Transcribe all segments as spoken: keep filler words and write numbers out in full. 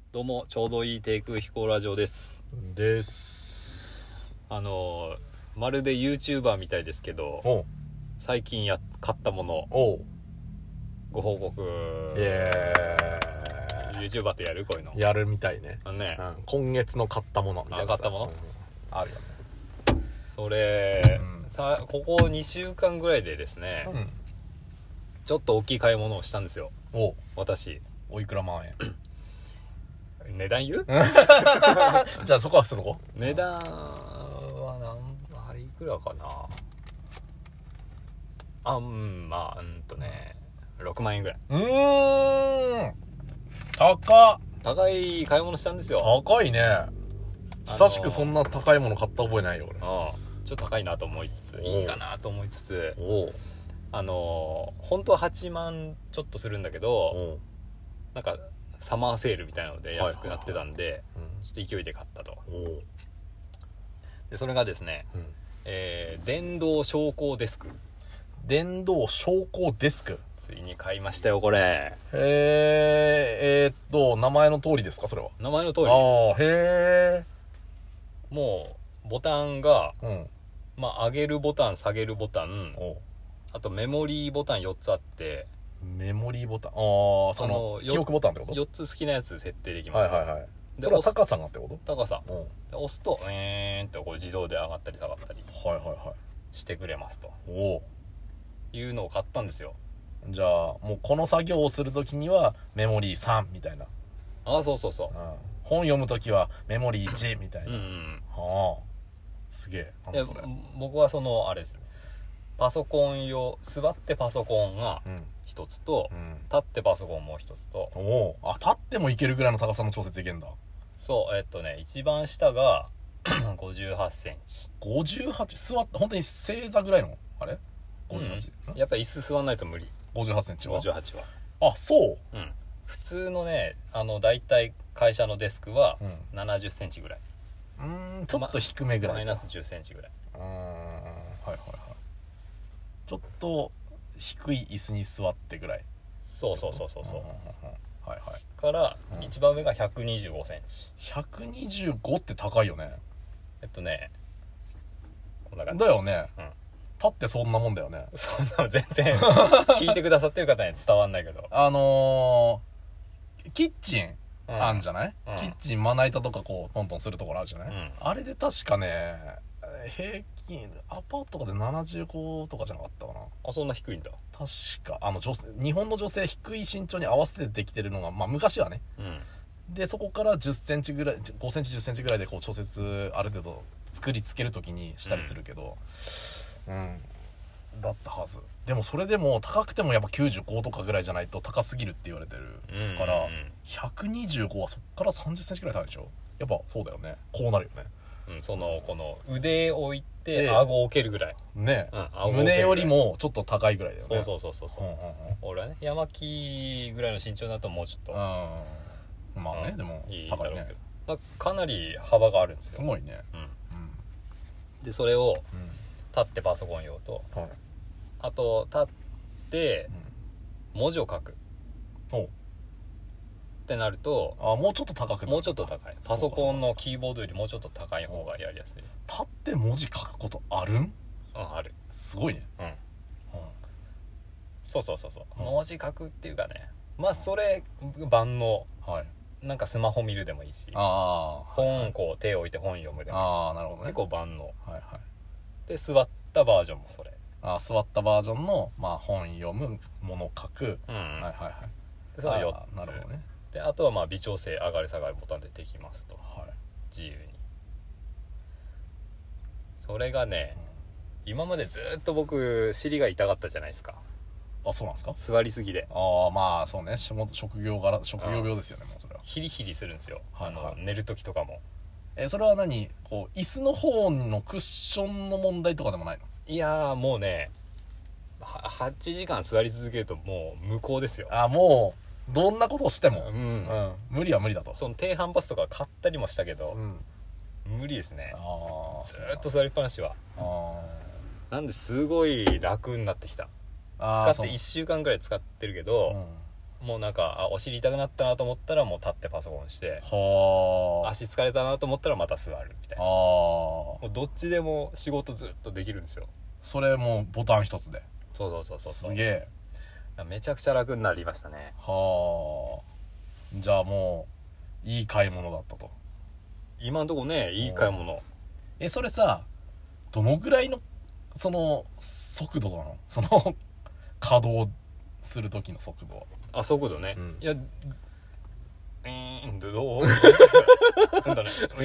どうもちょうどいい低空飛行ラジオですですあのまるで YouTuber みたいですけど、 おう最近や買ったものおうご報告。 イエ YouTuber ってやるこういうのーイやるみたいね、 あのね、 うん、今月の買ったものみたいなさあ買ったもの、 うんあるよね。 それ、 うん、 さここにしゅうかんぐらいでですね、 うん、 ちょっと大きい買い物をしたんですよお私。 おいくら万円値段言うじゃあそこは捨てとこ値段は何あれいくらかなあうんまあうんとねろくまんえんぐらい。 うーん高っ高い買い物したんですよ。 高いね。久しくそんな高いもの買った覚えないよ俺。 ああちょっと高いなと思いつついいかなと思いつつ、 おうあのー本当ははちまんちょっとするんだけど、 おうなんかサマーセールみたいなので安くなってたんで、 はいはいはいちょっと勢いで買ったと。 うん、おう、 でそれがですね、 うん、 えー電動昇降デスク、 電動昇降デスク。 ついに買いましたよこれ。 へえ、えー、っと名前の通りですかそれは。 名前の通りああ、へえ。 もうボタンが、 うん。 まあ、上げるボタン下げるボタン、 おう、 あとメモリーボタンよっつあって、 メモリーボタン。ああ、そのあの記憶ボタンってこと。 よっつ好きなやつ設定できますと。 はいはいはい。 でそれは高さがってこと。 高さうん。 で押すとえーんとこう自動で上がったり下がったりはいはいはしてくれますとい。おお。 いうのを買ったんですよ。 じゃあもうこの作業をするときにはメモリーさんみたいな。 ああそうそうそうん。本読むときはメモリーいちみたいうな。 うんうんはあ。すげえ。なんでだそれ。 僕はそのあれです、パソコン用座ってパソコンがうん。 一つと、 うん。 立ってパソコンもう一つと、 おお。あ、立ってもいけるぐらいの高さの調節いけんだ。 そうえっとね一番下がごじゅうはちセンチ。 ごじゅうはち、座って、本当に正座ぐらいのあれ ?ごじゅうはち。 うん、やっぱ椅子座んないと無理。 ごじゅうはちセンチは。 ごじゅうはちはあ、そう。 うん普通のねあの大体会社のデスクはうん。 ななじゅっセンチぐらい、 うーん、ちょっと低めぐらい。 マイナスじゅっセンチぐらい。 うーん、はいはいはい。ちょっと低い椅子に座ってぐらい。 そうそうそうそうそう、 んんんはいはい。 からうん一番上がひゃくにじゅうごセンチ。 ひゃくにじゅうごって高いよね。 えっとねこんな感じだよね。 うん立ってそんなもんだよね。 そんなの全然聞いてくださってる方には伝わんないけど、 あのー、キッチンうんあんじゃない、 うんキッチンまな板とかこうトントンするところあるじゃない、 うんあれで確かね、平均アパートとかでななじゅうごとかじゃなかったかな。 あそんな低いんだ。 確かあの女性、日本の女性低い身長に合わせてできてるのが、まあ昔はね。 うんでそこからじゅっセンチぐらい、ごセンチじゅっセンチぐらいでこう調節ある程度作りつけるときにしたりするけど、うん、うん、だったはず。でもそれでも高くてもやっぱきゅうじゅうごとかぐらいじゃないと高すぎるって言われてるから、 うんうんうんひゃくにじゅうごはそっからさんじゅっセンチぐらい高いでしょ。やっぱそうだよね。こうなるよね。 うん、そのこの腕を置いてええ顎を置けるぐらい、 ね、 うん顎を置けるぐらい胸よりもちょっと高いぐらいだよね。 そうそうそうそうそう、 うんうんうん俺はね山木ぐらいの身長だともうちょっと、 うん、まあね、 うんでもいいだ高いね。 ろうけど、まあ、かなり幅があるんですよ。 すごいね。 うん、 うんでそれをうん立ってパソコン用と、 はい。 あと立って文字を書くおう、 ってなるとあ、もうちょっと高くなる。 もうちょっと高い。パソコンのキーボードよりもうちょっと高い方がやりやすい。 立って文字書くことあるん？ うんある。 すごいね。 うんうんそうそうそうそう、 うん文字書くっていうかね、まあそれ万能。 はい。 なんかスマホ見るでもいいし、 ああ、 本こう手を置いて本読むでもいいし、 ああ、なるほどね。 結構万能はいはい。 で座ったバージョンもそれ。 あー、座ったバージョンの、まあ、本読む、物書く。 うん、 はいはいはい。 でそのよっつあーなるほどね。 であとはまあ微調整上がり下がりボタンでできますと、 はい。 自由に。それがね、今までずっと僕尻が痛かったじゃないですか、 あ、そうなんですか。 座りすぎでああ、まあそうね。仕事職業柄、職業病ですよね、もうそれは。 ヒリヒリするんですよ、 はいはいあの寝る時とかも。 えーそれは何、こう椅子の方のクッションの問題とかでもないの？ いやーもうねははちじかん座り続けるともう無効ですよ。 あ、もうどんなことをしても、 うんうん、無理は無理だと。 その低反発とか買ったりもしたけどう、ん。 無理ですね。 ああ。 ずーっと座りっぱなしは。 あなんですごい楽になってきた。 あ。 使っていっしゅうかんぐらい使ってるけど、 もうなんかあお尻痛くなったなと思ったらもう立ってパソコンしてはあ足疲れたなと思ったらまた座るみたいな、 ああもうどっちでも仕事ずっとできるんですよ。 それもうボタン一つでそうそうそうそうそうすげえめちゃくちゃ楽になりましたね。 はあじゃあもういい買い物だったと。 今のとこねいい買い物。 えそれさどのぐらいのその速度なのその稼働する時の速度は。 あ速度ね、 うんいやうーんどうなんだねウィ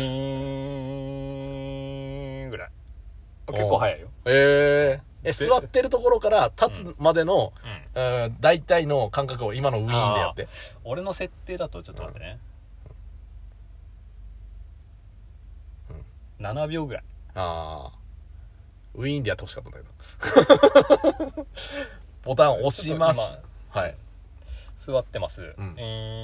ーンぐらい結構早いよ。 えー、えで座ってるところから立つまでの、 うんうん、大体の感覚を今のウィーンでやって。 俺の設定だとちょっと待ってね、 うんななびょうぐらい。 ああウィーンでやってほしかったんだけどボタン押します。 ちょっとはい座ってます、 んえ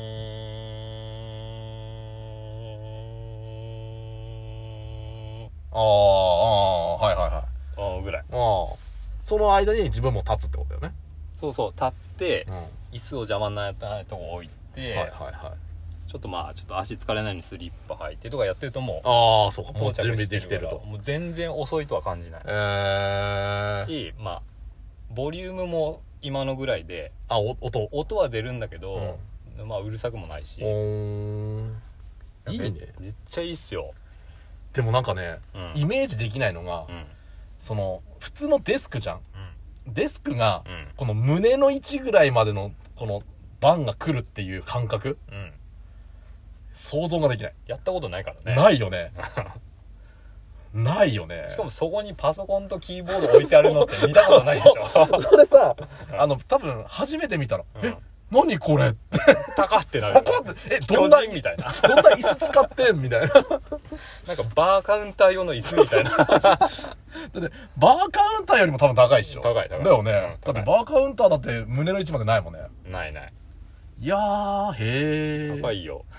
ーあーあーはいはいはいあーぐらい。 ああその間に自分も立つってことだよね。 そうそう立って、 うん椅子を邪魔にならないとこ置いて、 はいはいはいちょっとまあちょっと足疲れないようにスリッパ履いてとかやってるともうああそうかもう到着準備できてると。 からもう全然遅いとは感じないえー、 し、まあボリュームも今のぐらいであお音音は出るんだけど、まあうるさくもないしおーんいいね。 めっちゃいいっすよ。 でもなんかね、 うんイメージできないのが、 うんその普通のデスクじゃん。デスクが、 うんこの胸の位置ぐらいまでのこのバンが来るっていう感覚うんうん想像ができない。 やったことないからね。 ないよねないよね。 しかもそこにパソコンとキーボード置いてあるのって見たことないでしょそれさあの多分初めて見たら、 うんえ何これ高ってなる。 高ってえどんな巨人みたいな。 どんな椅子使ってんみたいなだってなんかバーカウンター用の椅子みたいな。 バーカウンターよりも多分高いっしょ。 高い高いだよね、 うん高いだってバーカウンターだって胸の位置までないもんね。 ないない。 いやーへー高いよ。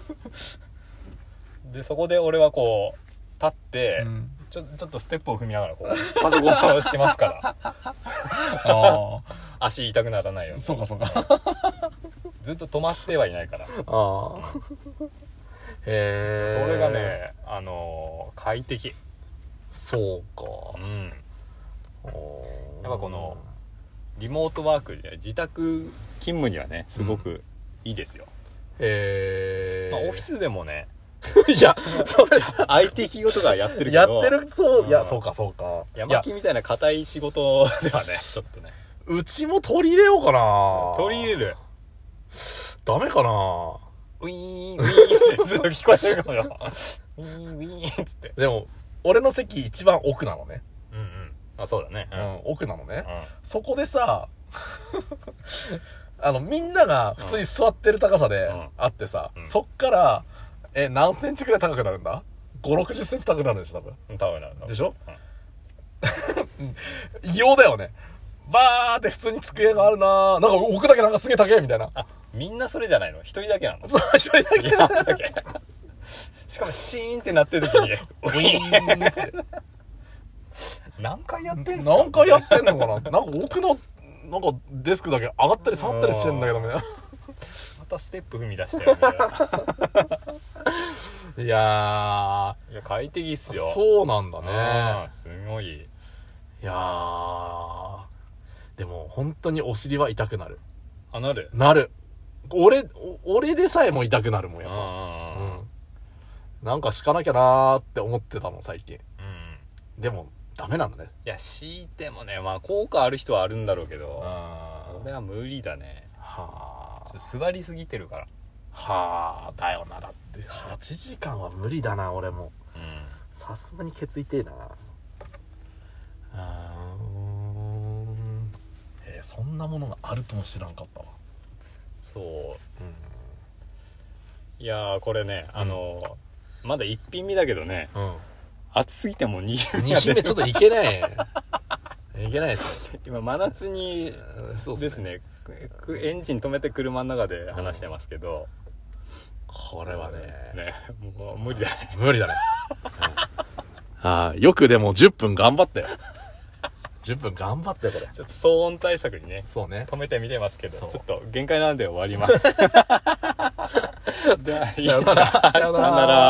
で、そこで俺はこう、立って、 うんちょ、ちょっとステップを踏みながらこう、パソコンをしますから。 あ足痛くならないようあに。 そうかそうかずっと止まってはいないから。 ああへえそれがね、あのー快適。 そうかうん。 やっやっぱこのリモートワークで自宅勤務にはねすごくいいですよ、 へえ、 まあ、オフィスでもねいやそれさアイティー 企業とかやってるけどやってるそういやうんそうかそうか山木みたいな硬い仕事ではねちょっとねいやうちも取り入れようかな。 取り入れるダメかな。 ウィーンウィーンってずっと聞こえるかもよウィーンウィーンっつってでも俺の席一番奥なのね。 うんうんあそうだねう、 うんん、 奥なのね、 うんそこでさあのみんなが普通に座ってる高さでうんあってさ、 うんそっからえ何センチくらい高くなるんだ。ごじゅうろくじゅっセンチ高くなるんでしょ多分。 うん多分なるでしょ、 うん異様だよね。バーって普通に机があるなー、なんか奥だけなんかすげえ高えみたいな。 あみんなそれじゃないの一人だけなのそう一人だけいやだけしかもシーンってなってる時にウィーンって何回やってんすか何回やってんのかな。なんか奥のなんかデスクだけ上がったり下がったりしてんだけどみたいな。 またステップ踏み出したよみたいないやいや快適っすーよそうなんだあね。 ーすごいいやーでも本当にお尻は痛くなる。 あなるなる。俺お俺でさえも痛くなるもんやっぱ。 ううんなんか敷かなきゃなーって思ってたの最近。 んうんでもダメなのね。 いや敷いてもねまあ効果ある人はあるんだろうけどあ俺は無理だねはあ座りすぎてるからはあだよな。だってはちじかんは無理だな俺も。 うんさすがにケツ痛えな。あーえー、そんなものがあるとも知らんかったわ。 そううんいやーこれねあのーまだ一品目だけどねうん暑すぎてもに品目に品目ちょっといけないいけないですよ。 今真夏にそうっですねくエンジン止めて車の中で話してますけど、 これはねねもう無理だね無理だね、うん、ああよくでもじゅっぷん頑張ったよ。 じゅっぷん頑張ってこれ。 ちょっと騒音対策にねそうね。 止めてみてますけど、 そうちょっと限界なんで終わります。では、 さよなら。 さよなら。